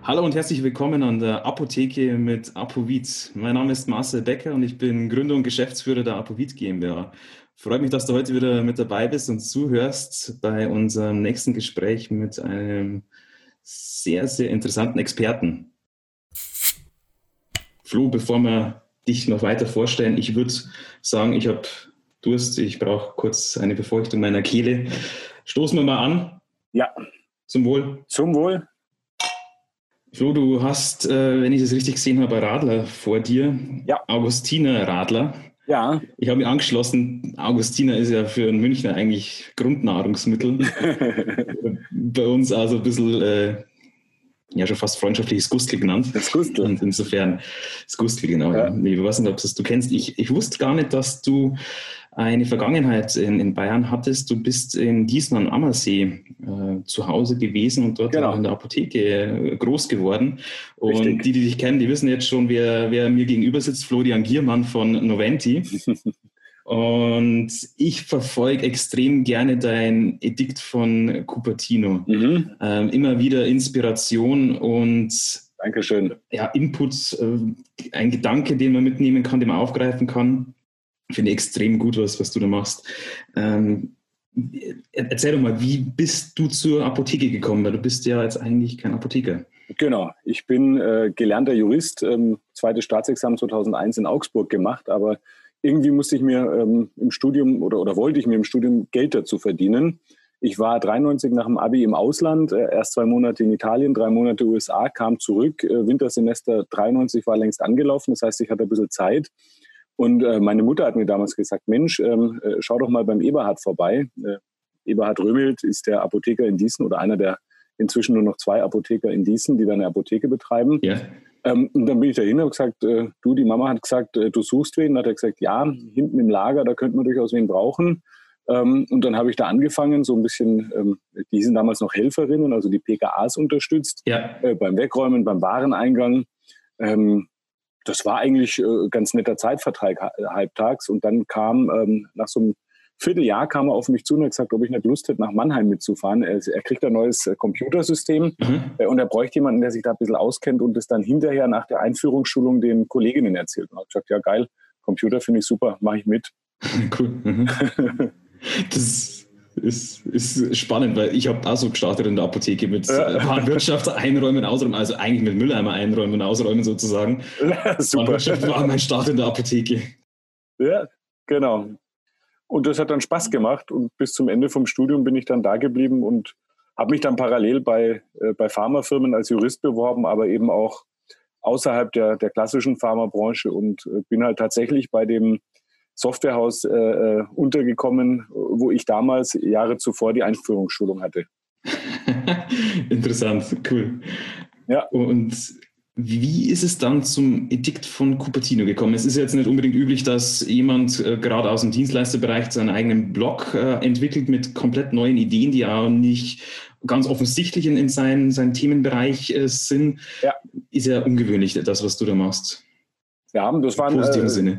Hallo und herzlich willkommen an der Apotheke mit Apovit. Mein Name ist Marcel Becker und ich bin Gründer und Geschäftsführer der Apovit GmbH. Freut mich, dass du heute wieder mit dabei bist und zuhörst bei unserem nächsten Gespräch mit einem sehr, sehr interessanten Experten. Flo, bevor wir dich noch weiter vorstellen, ich würde sagen, ich habe Durst, ich brauche kurz eine Befeuchtung meiner Kehle. Stoßen wir mal an. Ja. Zum Wohl. Zum Wohl. Flo, du hast, wenn ich das richtig gesehen habe, Radler vor dir. Ja. Augustiner Radler. Ja. Ich habe mich angeschlossen. Augustiner ist ja für einen Münchner eigentlich Grundnahrungsmittel. Bei uns also ein bisschen, ja schon fast freundschaftliches Gustl genannt. Das Gustl. Und insofern, das Gustl, genau. Ja. Ich weiß nicht, ob du kennst. Ich wusste gar nicht, dass du eine Vergangenheit in Bayern hattest. Du bist in Gießen am Ammersee zu Hause gewesen und dort auch in der Apotheke groß geworden. Und Richtig. die dich kennen, die wissen jetzt schon, wer mir gegenüber sitzt, Florian Giermann von Noventi. Und ich verfolge extrem gerne dein Edikt von Cupertino. Immer wieder Inspiration und Dankeschön. Ja, Input, ein Gedanke, den man mitnehmen kann, den man aufgreifen kann. Finde ich extrem gut, was du da machst. Erzähl doch mal, wie bist du zur Apotheke gekommen? Weil du bist ja jetzt eigentlich kein Apotheker. Genau, ich bin gelernter Jurist, zweites Staatsexamen 2001 in Augsburg gemacht, aber irgendwie musste ich mir im Studium oder wollte ich mir im Studium Geld dazu verdienen. Ich war 93 nach dem Abi im Ausland, erst 2 Monate in Italien, 3 Monate USA, kam zurück. Wintersemester 93 war längst angelaufen, das heißt, ich hatte ein bisschen Zeit. Und meine Mutter hat mir damals gesagt, Mensch, schau doch mal beim Eberhard vorbei. Eberhard Römelt ist der Apotheker in Gießen oder einer der inzwischen nur noch 2 Apotheker in Gießen, die da eine Apotheke betreiben. Ja. Und dann bin ich dahin und habe gesagt, du, die Mama hat gesagt, du suchst wen. Dann hat er gesagt, ja, hinten im Lager, da könnte man durchaus wen brauchen. Und dann habe ich da angefangen, so ein bisschen, die sind damals noch Helferinnen, also die PKAs unterstützt, beim Wegräumen, beim Wareneingang. Das war eigentlich ganz netter Zeitvertrag halbtags. Und dann kam nach so einem Vierteljahr kam er auf mich zu und hat gesagt, ob ich nicht Lust hätte, nach Mannheim mitzufahren. Er kriegt ein neues Computersystem und er bräuchte jemanden, der sich da ein bisschen auskennt und das dann hinterher nach der Einführungsschulung den Kolleginnen erzählt. Und er hat gesagt, ja geil, Computer finde ich super, mache ich mit. Cool. Das ist spannend, weil ich habe auch so gestartet in der Apotheke mit Warenwirtschaft einräumen, ausräumen, also eigentlich mit Mülleimer einräumen und ausräumen sozusagen. Super. Warenwirtschaft war mein Start in der Apotheke. Ja, genau. Und das hat dann Spaß gemacht und bis zum Ende vom Studium bin ich dann da geblieben und habe mich dann parallel bei Pharmafirmen als Jurist beworben, aber eben auch außerhalb der klassischen Pharmabranche und bin halt tatsächlich bei dem Softwarehaus untergekommen, wo ich damals Jahre zuvor die Einführungsschulung hatte. Interessant, cool. Ja. Und wie ist es dann zum Edikt von Cupertino gekommen? Es ist jetzt nicht unbedingt üblich, dass jemand gerade aus dem Dienstleisterbereich seinen eigenen Blog entwickelt mit komplett neuen Ideen, die auch nicht ganz offensichtlich in seinem Themenbereich sind. Ja. Ist ja ungewöhnlich, das, was du da machst. Ja, das war im positiven Sinne.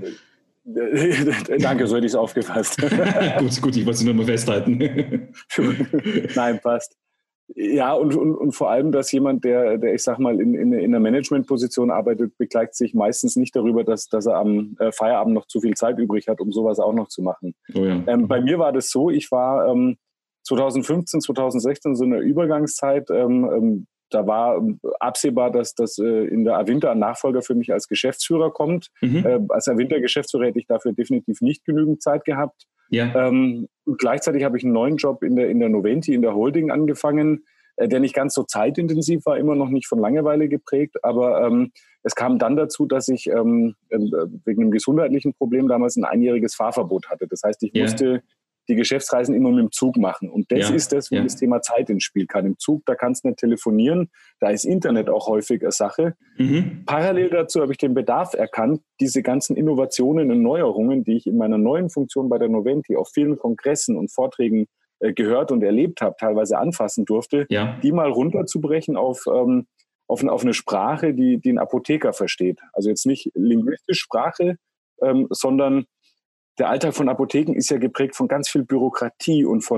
Danke, so hätte ich es aufgefasst. gut, ich wollte es nur mal festhalten. Nein, passt. Ja, und vor allem, dass jemand, der ich sag mal, in einer Managementposition arbeitet, beklagt sich meistens nicht darüber, dass er am Feierabend noch zu viel Zeit übrig hat, um sowas auch noch zu machen. Oh ja. Bei mir war das so, ich war 2015, 2016 so in der Übergangszeit, da war absehbar, dass in der Avinta ein Nachfolger für mich als Geschäftsführer kommt. Als Avinta-Geschäftsführer hätte ich dafür definitiv nicht genügend Zeit gehabt. Ja. Und gleichzeitig habe ich einen neuen Job in der Noventi, in der Holding angefangen, der nicht ganz so zeitintensiv war, immer noch nicht von Langeweile geprägt. Aber es kam dann dazu, dass ich wegen einem gesundheitlichen Problem damals ein einjähriges Fahrverbot hatte. Das heißt, ich musste die Geschäftsreisen immer mit dem Zug machen. Und das ist das, wo das Thema Zeit ins Spiel kann. Im Zug, da kannst du nicht telefonieren, da ist Internet auch häufig eine Sache. Parallel dazu habe ich den Bedarf erkannt, diese ganzen Innovationen und Neuerungen, die ich in meiner neuen Funktion bei der Noventi auf vielen Kongressen und Vorträgen gehört und erlebt habe, teilweise anfassen durfte, die mal runterzubrechen auf eine Sprache, die ein Apotheker versteht. Also jetzt nicht linguistisch Sprache, sondern der Alltag von Apotheken ist ja geprägt von ganz viel Bürokratie und von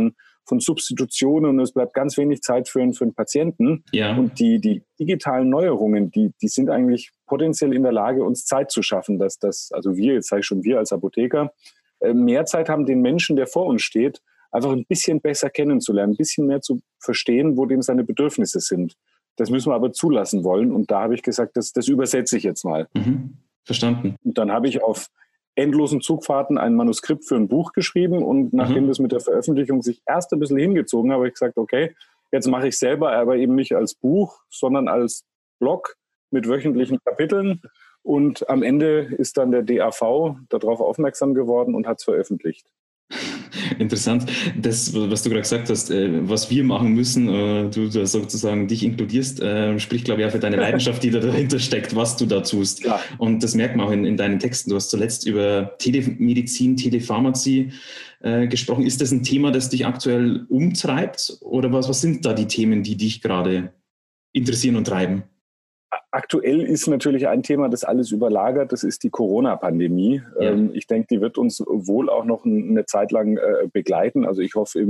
von Substitutionen und es bleibt ganz wenig Zeit für einen Patienten. Ja. Und die digitalen Neuerungen, die sind eigentlich potenziell in der Lage, uns Zeit zu schaffen, dass das, also wir, jetzt sage ich schon wir als Apotheker, mehr Zeit haben, den Menschen, der vor uns steht, einfach ein bisschen besser kennenzulernen, ein bisschen mehr zu verstehen, wo dem seine Bedürfnisse sind. Das müssen wir aber zulassen wollen. Und da habe ich gesagt, das übersetze ich jetzt mal. Verstanden. Und dann habe ich auf endlosen Zugfahrten ein Manuskript für ein Buch geschrieben. Und nachdem das mit der Veröffentlichung sich erst ein bisschen hingezogen habe, habe ich gesagt, okay, jetzt mache ich selber, aber eben nicht als Buch, sondern als Blog mit wöchentlichen Kapiteln. Und am Ende ist dann der DAV darauf aufmerksam geworden und hat es veröffentlicht. Interessant. Das, was du gerade gesagt hast, was wir machen müssen, du da sozusagen dich inkludierst, spricht, glaube ich, auch für deine Leidenschaft, die da dahinter steckt, was du da tust. Ja. Und das merkt man auch in deinen Texten. Du hast zuletzt über Telemedizin, Telepharmazie gesprochen. Ist das ein Thema, das dich aktuell umtreibt? Oder was sind da die Themen, die dich gerade interessieren und treiben? Aktuell ist natürlich ein Thema, das alles überlagert, das ist die Corona-Pandemie. Ja. Ich denke, die wird uns wohl auch noch eine Zeit lang begleiten. Also ich hoffe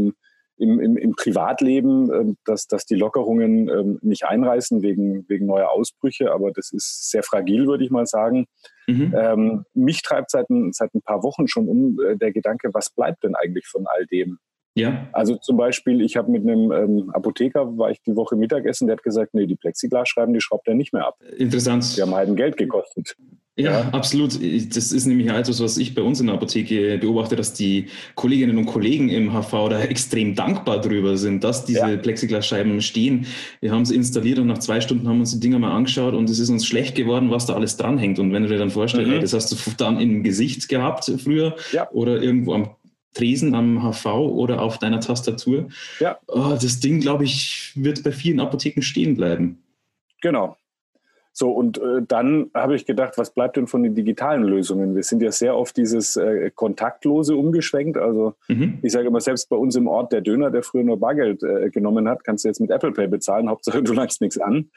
im Privatleben, dass die Lockerungen nicht einreißen wegen neuer Ausbrüche, aber das ist sehr fragil, würde ich mal sagen. Mich treibt seit ein paar Wochen schon der Gedanke, was bleibt denn eigentlich von all dem? Ja. Also zum Beispiel, ich habe mit einem Apotheker, war ich die Woche Mittagessen, der hat gesagt, nee, die Plexiglasscheiben, die schraubt er nicht mehr ab. Interessant. Die haben halt ein Geld gekostet. Ja, absolut. Das ist nämlich etwas, was ich bei uns in der Apotheke beobachte, dass die Kolleginnen und Kollegen im HV da extrem dankbar drüber sind, dass diese Plexiglasscheiben stehen. Wir haben sie installiert und nach 2 Stunden haben wir uns die Dinger mal angeschaut und es ist uns schlecht geworden, was da alles dranhängt. Und wenn du dir dann vorstellst, ey, das hast du dann im Gesicht gehabt früher oder irgendwo am Tresen am HV oder auf deiner Tastatur. Ja. Das Ding, glaube ich, wird bei vielen Apotheken stehen bleiben. Genau. So, und dann habe ich gedacht, was bleibt denn von den digitalen Lösungen? Wir sind ja sehr auf dieses Kontaktlose umgeschwenkt. Also ich sage immer, selbst bei uns im Ort, der Döner, der früher nur Bargeld genommen hat, kannst du jetzt mit Apple Pay bezahlen. Hauptsache, du langst nichts an.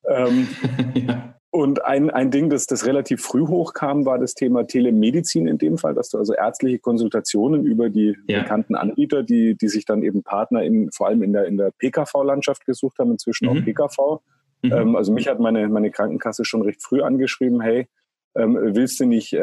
Ja. Und ein Ding, das relativ früh hochkam, war das Thema Telemedizin in dem Fall, dass du also ärztliche Konsultationen über die bekannten Anbieter, die sich dann eben Partner vor allem in der PKV-Landschaft gesucht haben, inzwischen auch PKV. Also mich hat meine Krankenkasse schon recht früh angeschrieben, hey, willst du nicht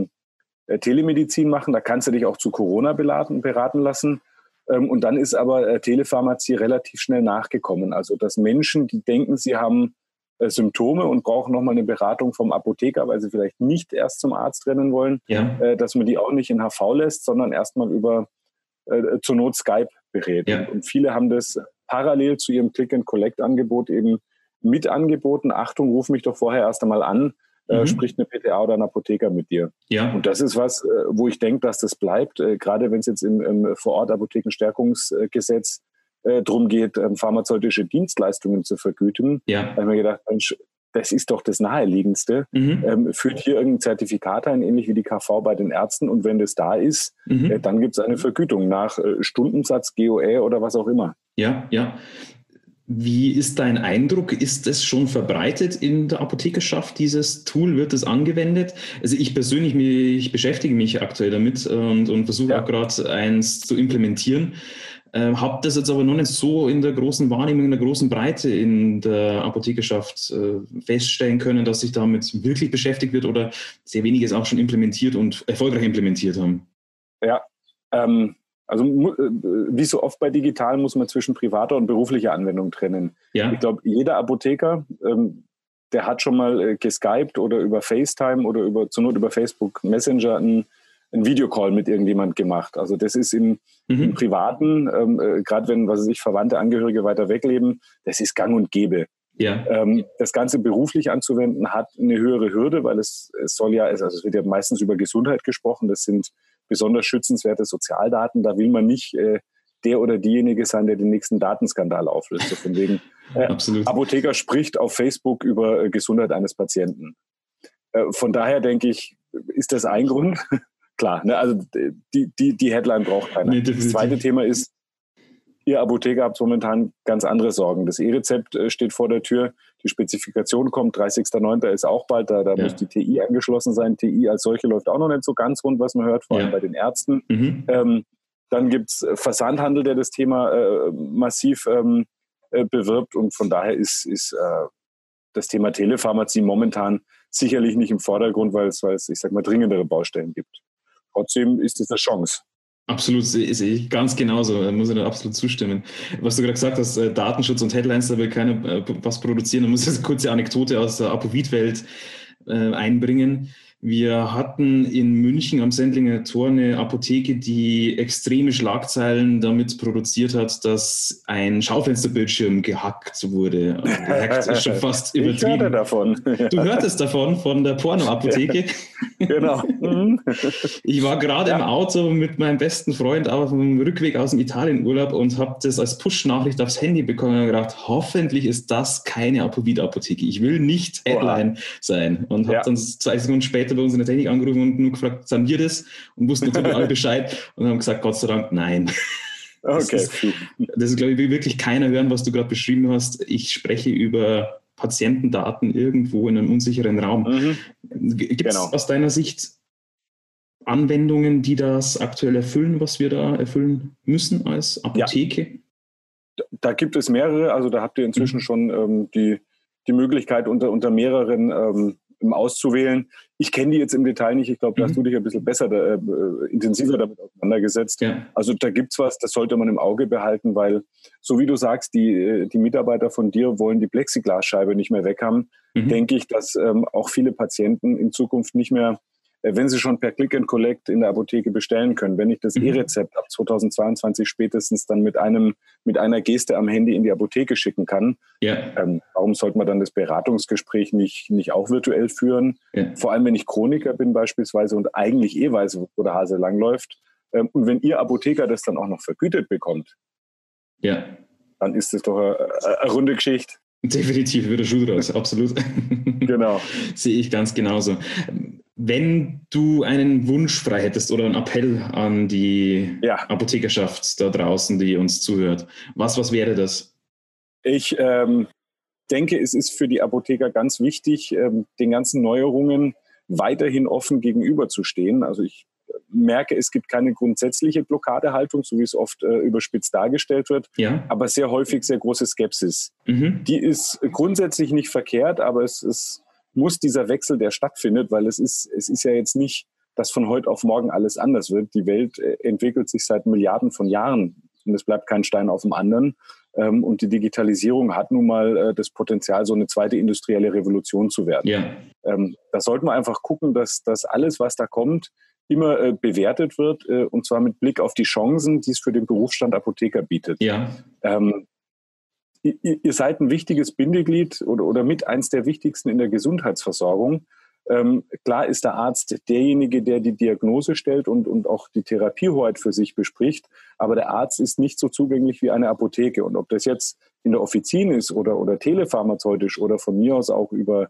Telemedizin machen? Da kannst du dich auch zu Corona beraten lassen. Und dann ist aber Telepharmazie relativ schnell nachgekommen. Also dass Menschen, die denken, sie haben Symptome und brauchen nochmal eine Beratung vom Apotheker, weil sie vielleicht nicht erst zum Arzt rennen wollen, dass man die auch nicht in HV lässt, sondern erstmal über zur Not Skype berät. Ja. Und viele haben das parallel zu ihrem Click-and-Collect-Angebot eben mit angeboten. Achtung, ruf mich doch vorher erst einmal an, spricht eine PTA oder ein Apotheker mit dir. Ja. Und das ist was, wo ich denke, dass das bleibt, gerade wenn es jetzt im Vor-Ort-Apothekenstärkungsgesetz darum geht, pharmazeutische Dienstleistungen zu vergüten. Ja. Da habe ich mir gedacht, Mensch, das ist doch das Naheliegendste. Führt hier irgendein Zertifikat ein, ähnlich wie die KV bei den Ärzten. Und wenn das da ist, dann gibt es eine Vergütung nach Stundensatz, GOE oder was auch immer. Ja, ja. Wie ist dein Eindruck? Ist es schon verbreitet in der Apothekerschaft, dieses Tool? Wird es angewendet? Also ich persönlich, ich beschäftige mich aktuell damit und versuche auch gerade eins zu implementieren. Habe das jetzt aber noch nicht so in der großen Wahrnehmung, in der großen Breite in der Apothekerschaft feststellen können, dass sich damit wirklich beschäftigt wird oder sehr weniges auch schon implementiert und erfolgreich implementiert haben. Ja, also wie so oft bei digital muss man zwischen privater und beruflicher Anwendung trennen. Ja. Ich glaube, jeder Apotheker, der hat schon mal geskypt oder über FaceTime oder zur Not über Facebook Messenger einen Videocall mit irgendjemand gemacht. Also das ist im Privaten, gerade wenn, Verwandte, Angehörige weiter wegleben, das ist gang und gäbe. Ja. Das Ganze beruflich anzuwenden hat eine höhere Hürde, weil es wird ja meistens über Gesundheit gesprochen. Das sind besonders schützenswerte Sozialdaten. Da will man nicht der oder diejenige sein, der den nächsten Datenskandal auflöst. So von wegen, Apotheker spricht auf Facebook über Gesundheit eines Patienten. Von daher denke ich, ist das ein Grund? Klar, ne? Also die Headline braucht keiner. Nee, das zweite Thema ist, ihr Apotheker habt momentan ganz andere Sorgen. Das E-Rezept steht vor der Tür, die Spezifikation kommt, 30.09. ist auch bald, da muss die TI angeschlossen sein. TI als solche läuft auch noch nicht so ganz rund, was man hört, vor allem bei den Ärzten. Dann gibt es Versandhandel, der das Thema massiv bewirbt. Und von daher ist das Thema Telepharmazie momentan sicherlich nicht im Vordergrund, weil es, ich sag mal, dringendere Baustellen gibt. Trotzdem ist es eine Chance. Absolut, sehe ich ganz genauso, da muss ich da absolut zustimmen. Was du gerade gesagt hast, Datenschutz und Headlines, da will keiner was produzieren, da muss ich eine kurze Anekdote aus der Apovid-Welt einbringen. Wir hatten in München am Sendlinger Tor eine Apotheke, die extreme Schlagzeilen damit produziert hat, dass ein Schaufensterbildschirm gehackt wurde. Also gehackt ist schon fast übertrieben. Ich hörte davon. Du hörtest davon, von der Pornoapotheke. Ja, genau. Ich war gerade im Auto mit meinem besten Freund auf dem Rückweg aus dem Italienurlaub und habe das als Push-Nachricht aufs Handy bekommen und gedacht, hoffentlich ist das keine Apovid-Apotheke. Ich will nicht Headline sein. Und habe dann 2 Sekunden später bei uns in der Technik angerufen und nur gefragt, sind wir das? Und wussten natürlich alle Bescheid und haben gesagt, Gott sei Dank, nein. Okay. Das ist, glaube ich, will wirklich keiner hören, was du gerade beschrieben hast. Ich spreche über Patientendaten irgendwo in einem unsicheren Raum. Gibt es aus deiner Sicht Anwendungen, die das aktuell erfüllen, was wir da erfüllen müssen als Apotheke? Ja. Da gibt es mehrere. Also da habt ihr inzwischen schon die Möglichkeit, unter mehreren auszuwählen. Ich kenne die jetzt im Detail nicht. Ich glaube, da hast du dich ein bisschen besser, intensiver damit auseinandergesetzt. Ja. Also da gibt es was, das sollte man im Auge behalten, weil, so wie du sagst, die Mitarbeiter von dir wollen die Plexiglasscheibe nicht mehr weghaben. Denke ich, dass auch viele Patienten in Zukunft nicht mehr, wenn sie schon per Click and Collect in der Apotheke bestellen können, wenn ich das E-Rezept ab 2022 spätestens dann mit einer Geste am Handy in die Apotheke schicken kann, warum sollte man dann das Beratungsgespräch nicht auch virtuell führen? Ja. Vor allem, wenn ich Chroniker bin beispielsweise und eigentlich weiß, wo der Hase langläuft. Und wenn ihr Apotheker das dann auch noch vergütet bekommt, dann ist das doch eine runde Geschichte. Definitiv, wird der Schuh draus, absolut. Genau. Sehe ich ganz genauso. Wenn du einen Wunsch frei hättest oder einen Appell an die Apothekerschaft da draußen, die uns zuhört, was wäre das? Ich denke, es ist für die Apotheker ganz wichtig, den ganzen Neuerungen weiterhin offen gegenüberzustehen. Also ich merke, es gibt keine grundsätzliche Blockadehaltung, so wie es oft überspitzt dargestellt wird, aber sehr häufig sehr große Skepsis. Die ist grundsätzlich nicht verkehrt, aber es muss dieser Wechsel, der stattfindet, weil es ist ja jetzt nicht, dass von heute auf morgen alles anders wird. Die Welt entwickelt sich seit Milliarden von Jahren und es bleibt kein Stein auf dem anderen. Und die Digitalisierung hat nun mal das Potenzial, so eine zweite industrielle Revolution zu werden. Ja. Da sollten wir einfach gucken, dass alles, was da kommt, immer bewertet wird, und zwar mit Blick auf die Chancen, die es für den Berufsstand Apotheker bietet. Ja. Ihr seid ein wichtiges Bindeglied oder mit eins der wichtigsten in der Gesundheitsversorgung. Klar ist der Arzt derjenige, der die Diagnose stellt und auch die Therapiehoheit für sich bespricht, aber der Arzt ist nicht so zugänglich wie eine Apotheke. Und ob das jetzt in der Offizin ist oder telepharmazeutisch oder von mir aus auch über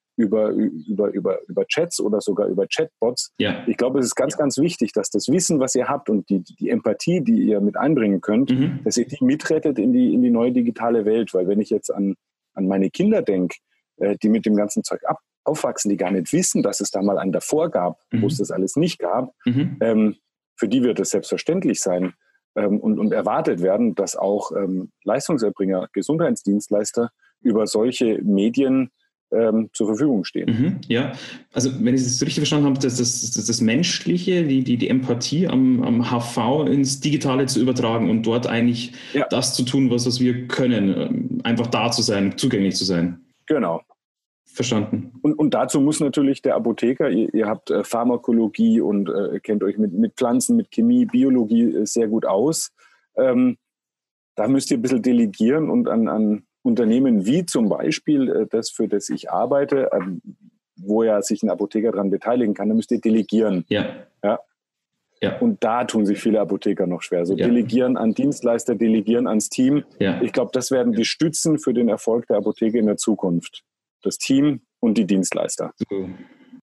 Chats oder sogar über Chatbots. Ja. Ich glaube, es ist ganz, ganz wichtig, dass das Wissen, was ihr habt und die Empathie, die ihr mit einbringen könnt, dass ihr die mitrettet in die neue digitale Welt. Weil wenn ich jetzt an meine Kinder denke, die mit dem ganzen Zeug aufwachsen, die gar nicht wissen, dass es da mal einen davor gab, wo es das alles nicht gab, für die wird es selbstverständlich sein und erwartet werden, dass auch Leistungserbringer, Gesundheitsdienstleister über solche Medien zur Verfügung stehen. Ja, also wenn ich es richtig verstanden habe, das Menschliche, die Empathie am HV ins Digitale zu übertragen und dort eigentlich das zu tun, was wir können, einfach da zu sein, zugänglich zu sein. Genau. Verstanden. Und dazu muss natürlich der Apotheker, ihr habt Pharmakologie und kennt euch mit Pflanzen, mit Chemie, Biologie sehr gut aus. Da müsst ihr ein bisschen delegieren und an Unternehmen wie zum Beispiel das, für das ich arbeite, wo ja sich ein Apotheker daran beteiligen kann, da müsst ihr delegieren. Ja. Und da tun sich viele Apotheker noch schwer. So delegieren an Dienstleister, delegieren ans Team. Ja. Ich glaube, das werden die Stützen für den Erfolg der Apotheke in der Zukunft. Das Team und die Dienstleister.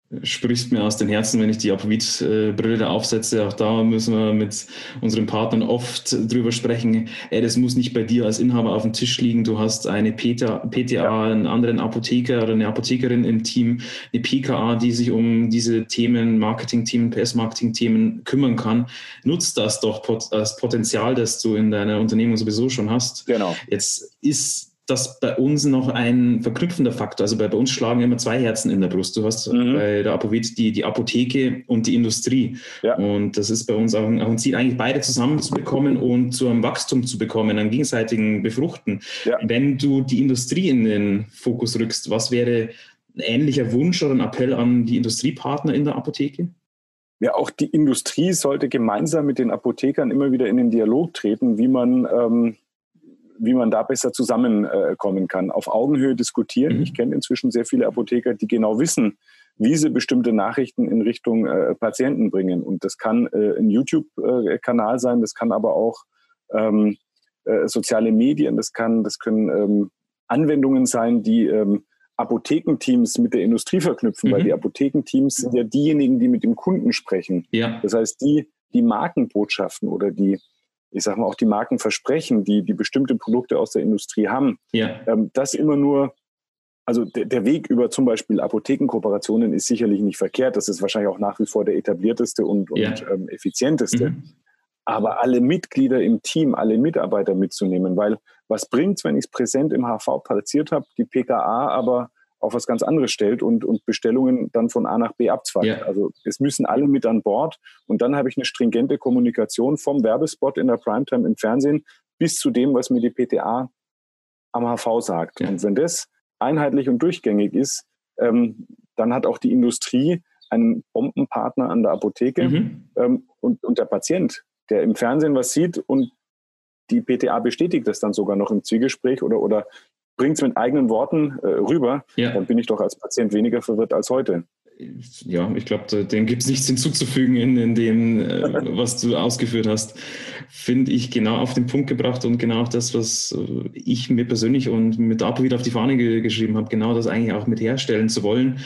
Sprichst mir aus den Herzen, wenn ich die Apovit-Brille da aufsetze. Auch da müssen wir mit unseren Partnern oft drüber sprechen. Das muss nicht bei dir als Inhaber auf dem Tisch liegen. Du hast eine PTA, einen anderen Apotheker oder eine Apothekerin im Team, eine PKA, die sich um diese Themen, Marketing-Themen, PS-Marketing-Themen kümmern kann. Nutzt das doch als Potenzial, das du in deiner Unternehmung sowieso schon hast. Genau. Jetzt ist das bei uns noch ein verknüpfender Faktor. Also bei uns schlagen immer zwei Herzen in der Brust. Du hast bei der Apovit die Apotheke und die Industrie. Ja. Und das ist bei uns auch ein Ziel, eigentlich beide zusammenzubekommen und zu einem Wachstum zu bekommen, einem gegenseitigen Befruchten. Ja. Wenn du die Industrie in den Fokus rückst, was wäre ein ähnlicher Wunsch oder ein Appell an die Industriepartner in der Apotheke? Ja, auch die Industrie sollte gemeinsam mit den Apothekern immer wieder in den Dialog treten, wie man da besser zusammenkommen kann. Auf Augenhöhe diskutieren. Ich kenne inzwischen sehr viele Apotheker, die genau wissen, wie sie bestimmte Nachrichten in Richtung Patienten bringen. Und das kann ein YouTube-Kanal sein, das kann aber auch soziale Medien, das können Anwendungen sein, die Apothekenteams mit der Industrie verknüpfen, weil die Apothekenteams sind ja diejenigen, die mit dem Kunden sprechen. Ja. Das heißt, die Markenbotschaften oder ich sage mal auch die Markenversprechen, die bestimmte Produkte aus der Industrie haben, das immer nur, also der Weg über zum Beispiel Apothekenkooperationen ist sicherlich nicht verkehrt. Das ist wahrscheinlich auch nach wie vor der etablierteste und effizienteste. Aber alle Mitglieder im Team, alle Mitarbeiter mitzunehmen, weil was bringt's, wenn ich es präsent im HV platziert habe, die PKA aber auf was ganz anderes stellt und Bestellungen dann von A nach B abzweigt. Ja. Also es müssen alle mit an Bord und dann habe ich eine stringente Kommunikation vom Werbespot in der Primetime im Fernsehen bis zu dem, was mir die PTA am HV sagt. Ja. Und wenn das einheitlich und durchgängig ist, dann hat auch die Industrie einen Bombenpartner an der Apotheke und der Patient, der im Fernsehen was sieht und die PTA bestätigt das dann sogar noch im Zwiegespräch oder bringt es mit eigenen Worten rüber, dann bin ich doch als Patient weniger verwirrt als heute. Ja, ich glaube, dem gibt es nichts hinzuzufügen in dem, was du ausgeführt hast. Finde ich genau auf den Punkt gebracht und genau auch das, was ich mir persönlich und mit Apovit auf die Fahne geschrieben habe, genau das eigentlich auch mit herstellen zu wollen.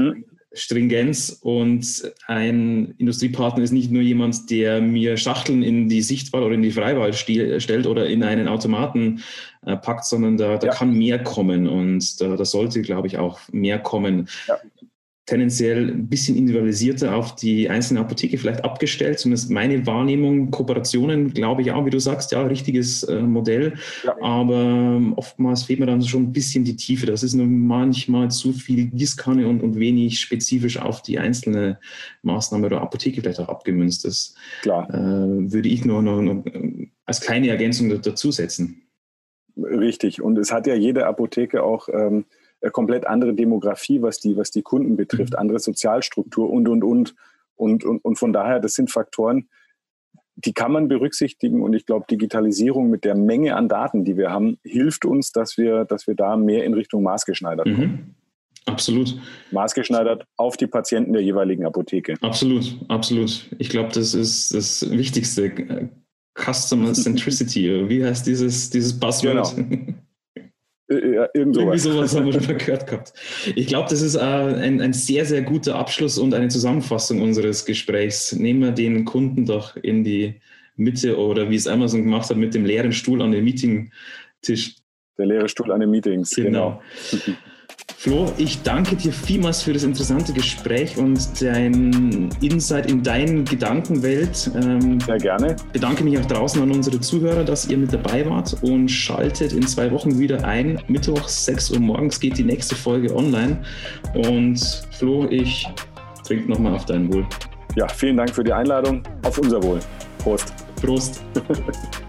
Stringenz, und ein Industriepartner ist nicht nur jemand, der mir Schachteln in die Sichtwahl oder in die Freiwahl stellt oder in einen Automaten packt, sondern da kann mehr kommen und da sollte, glaube ich, auch mehr kommen. Ja. Tendenziell ein bisschen individualisierter auf die einzelne Apotheke vielleicht abgestellt. Zumindest meine Wahrnehmung, Kooperationen, glaube ich auch, wie du sagst, ja, richtiges Modell. Ja. Aber oftmals fehlt mir dann schon ein bisschen die Tiefe. Das ist nur manchmal zu viel Gießkanne und wenig spezifisch auf die einzelne Maßnahme oder Apotheke vielleicht auch abgemünzt ist. Klar. Würde ich nur noch als kleine Ergänzung dazu setzen. Richtig. Und es hat ja jede Apotheke auch komplett andere Demografie, was die Kunden betrifft, andere Sozialstruktur und von daher, das sind Faktoren, die kann man berücksichtigen und ich glaube, Digitalisierung mit der Menge an Daten, die wir haben, hilft uns, dass wir da mehr in Richtung maßgeschneidert kommen. Absolut. Maßgeschneidert auf die Patienten der jeweiligen Apotheke. Absolut, absolut. Ich glaube, das ist das Wichtigste. Customer Centricity, wie heißt dieses Buzzword? Genau. Irgendwie sowas haben wir schon mal gehört gehabt. Ich glaube, das ist ein sehr, sehr guter Abschluss und eine Zusammenfassung unseres Gesprächs. Nehmen wir den Kunden doch in die Mitte oder wie es Amazon gemacht hat, mit dem leeren Stuhl an dem Meetingtisch. Der leere Stuhl an den Meetings, genau. Flo, ich danke dir vielmals für das interessante Gespräch und dein Insight in deine Gedankenwelt. Sehr gerne. Bedanke mich auch draußen an unsere Zuhörer, dass ihr mit dabei wart und schaltet in 2 Wochen wieder ein. Mittwochs 6 Uhr morgens geht die nächste Folge online. Und Flo, ich trinke nochmal auf dein Wohl. Ja, vielen Dank für die Einladung. Auf unser Wohl. Prost. Prost.